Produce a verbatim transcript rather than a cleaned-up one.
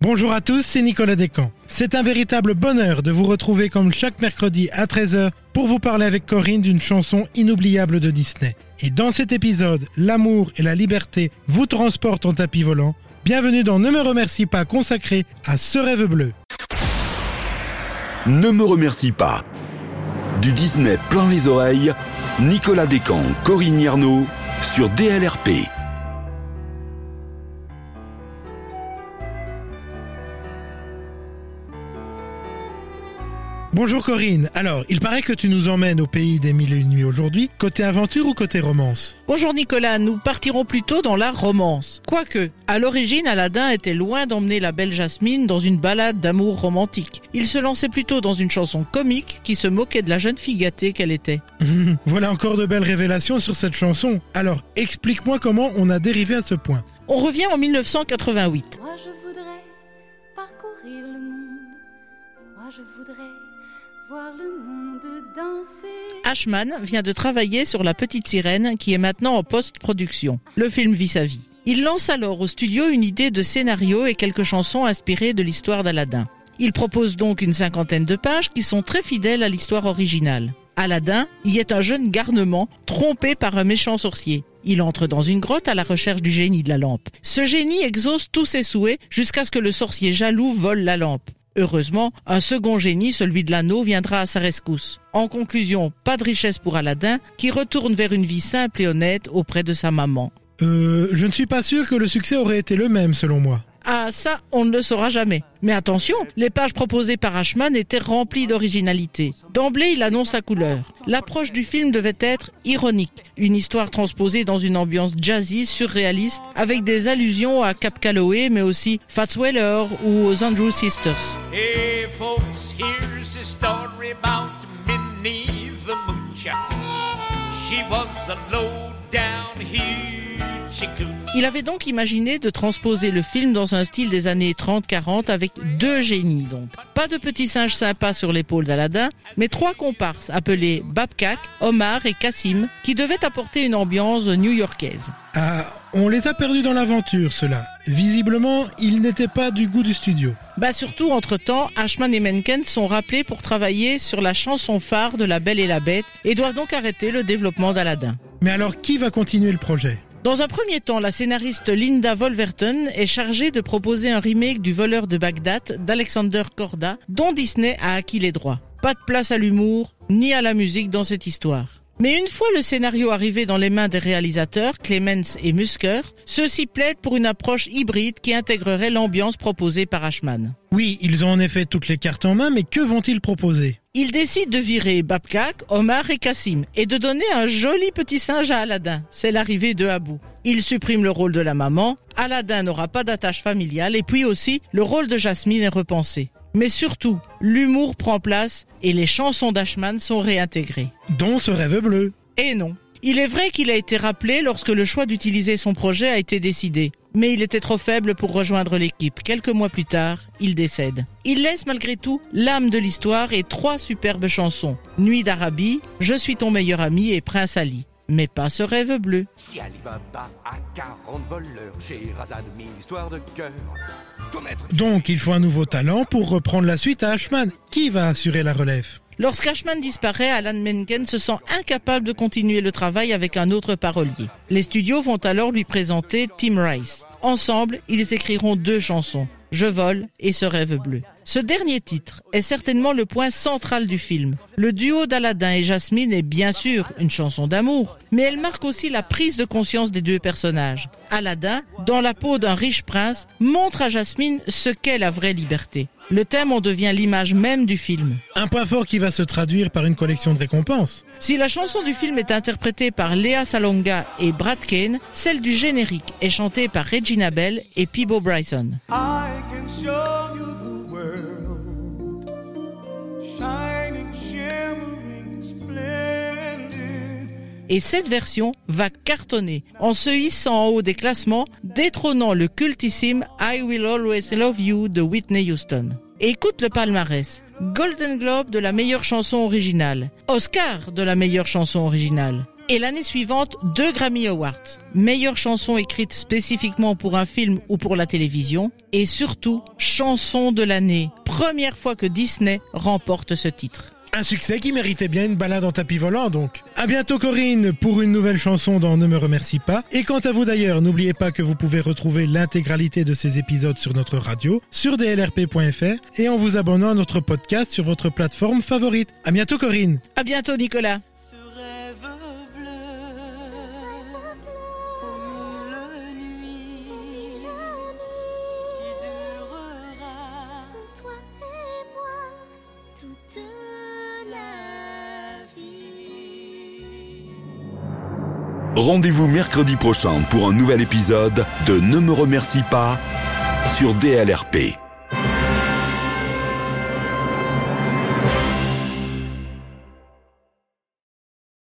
Bonjour à tous, c'est Nicolas Descamps. C'est un véritable bonheur de vous retrouver comme chaque mercredi à treize heures pour vous parler avec Corinne d'une chanson inoubliable de Disney. Et dans cet épisode, l'amour et la liberté vous transportent en tapis volant. Bienvenue dans Ne me remercie pas, consacré à Ce rêve bleu. Ne me remercie pas. Du Disney plein les oreilles, Nicolas Descamps, Corinne Hiernaut sur D L R P. Bonjour Corinne, alors il paraît que tu nous emmènes au pays des mille et une nuits aujourd'hui, côté aventure ou côté romance? Bonjour Nicolas, nous partirons plutôt dans la romance. Quoique, à l'origine, Aladdin était loin d'emmener la belle Jasmine dans une balade d'amour romantique. Il se lançait plutôt dans une chanson comique qui se moquait de la jeune fille gâtée qu'elle était. Voilà encore de belles révélations sur cette chanson. Alors explique-moi comment on a dérivé à ce point. On revient en dix-neuf cent quatre-vingt-huit. Moi je voudrais parcourir le monde. Moi je voudrais voir le monde danser. Ashman vient de travailler sur La Petite Sirène qui est maintenant en post-production. Le film vit sa vie. Il lance alors au studio une idée de scénario et quelques chansons inspirées de l'histoire d'Aladin. Il propose donc une cinquantaine de pages qui sont très fidèles à l'histoire originale. Aladin y est un jeune garnement trompé par un méchant sorcier. Il entre dans une grotte à la recherche du génie de la lampe. Ce génie exauce tous ses souhaits jusqu'à ce que le sorcier jaloux vole la lampe. Heureusement, un second génie, celui de l'anneau, viendra à sa rescousse. En conclusion, pas de richesse pour Aladin, qui retourne vers une vie simple et honnête auprès de sa maman. Euh, je ne suis pas sûr que le succès aurait été le même selon moi. Ah, ça, on ne le saura jamais. Mais attention, les pages proposées par Ashman étaient remplies d'originalité. D'emblée, il annonce la couleur. L'approche du film devait être ironique. Une histoire transposée dans une ambiance jazzy, surréaliste, avec des allusions à Cap Calloway, mais aussi Fats Waller ou aux Andrews Sisters. Hey folks, here's a story about Minnie the Moocher. She was a low down hoochie coo. Il avait donc imaginé de transposer le film dans un style des années trente quarante avec deux génies donc. Pas de petits singes sympas sur l'épaule d'Aladin, mais trois comparses appelés Babkak, Omar et Kassim qui devaient apporter une ambiance new-yorkaise. Ah, on les a perdus dans l'aventure, ceux-là. Visiblement, ils n'étaient pas du goût du studio. Bah surtout, entre-temps, Ashman et Menken sont rappelés pour travailler sur la chanson phare de La Belle et la Bête et doivent donc arrêter le développement d'Aladin. Mais alors, qui va continuer le projet ? Dans un premier temps, la scénariste Linda Wolverton est chargée de proposer un remake du Voleur de Bagdad d'Alexander Korda, dont Disney a acquis les droits. Pas de place à l'humour, ni à la musique dans cette histoire. Mais une fois le scénario arrivé dans les mains des réalisateurs, Clements et Musker, ceux-ci plaident pour une approche hybride qui intégrerait l'ambiance proposée par Ashman. Oui, ils ont en effet toutes les cartes en main, mais que vont-ils proposer ? Ils décident de virer Babkak, Omar et Kassim et de donner un joli petit singe à Aladin. C'est l'arrivée de Abu. Ils suppriment le rôle de la maman, Aladin n'aura pas d'attache familiale et puis aussi le rôle de Jasmine est repensé. Mais surtout, l'humour prend place et les chansons d'Ashman sont réintégrées. Dont Ce rêve bleu. Et non. Il est vrai qu'il a été rappelé lorsque le choix d'utiliser son projet a été décidé. Mais il était trop faible pour rejoindre l'équipe. Quelques mois plus tard, il décède. Il laisse malgré tout l'âme de l'histoire et trois superbes chansons. Nuit d'Arabie, Je suis ton meilleur ami et Prince Ali. Mais pas Ce rêve bleu. Si Ali Baba a quarante voleurs, Scheherazade mille histoires de cœur. Donc il faut un nouveau talent pour reprendre la suite à Ashman. Qui va assurer la relève ? Lorsqu'Ashman disparaît, Alan Menken se sent incapable de continuer le travail avec un autre parolier. Les studios vont alors lui présenter Tim Rice. Ensemble, ils écriront deux chansons, Je vole et Ce rêve bleu. Ce dernier titre est certainement le point central du film. Le duo d'Aladin et Jasmine est bien sûr une chanson d'amour, mais elle marque aussi la prise de conscience des deux personnages. Aladin, dans la peau d'un riche prince, montre à Jasmine ce qu'est la vraie liberté. Le thème en devient l'image même du film. Un point fort qui va se traduire par une collection de récompenses. Si la chanson du film est interprétée par Léa Salonga et Brad Kane, celle du générique est chantée par Regina Bell et Peabo Bryson. I can show you the world, shining, shimmering, splendid. Et cette version va cartonner en se hissant en haut des classements, détrônant le cultissime I Will Always Love You de Whitney Houston. Et écoute le palmarès. Golden Globe de la meilleure chanson originale, Oscar de la meilleure chanson originale, Et l'année suivante, deux Grammy Awards. Meilleure chanson écrite spécifiquement pour un film ou pour la télévision. Et surtout, chanson de l'année. Première fois que Disney remporte ce titre. Un succès qui méritait bien une balade en tapis volant donc. À bientôt Corinne pour une nouvelle chanson dans Ne me remercie pas. Et quant à vous d'ailleurs, n'oubliez pas que vous pouvez retrouver l'intégralité de ces épisodes sur notre radio, sur d l r p point f r et en vous abonnant à notre podcast sur votre plateforme favorite. À bientôt Corinne. À bientôt Nicolas. Rendez-vous mercredi prochain pour un nouvel épisode de Ne me remercie pas sur D L R P.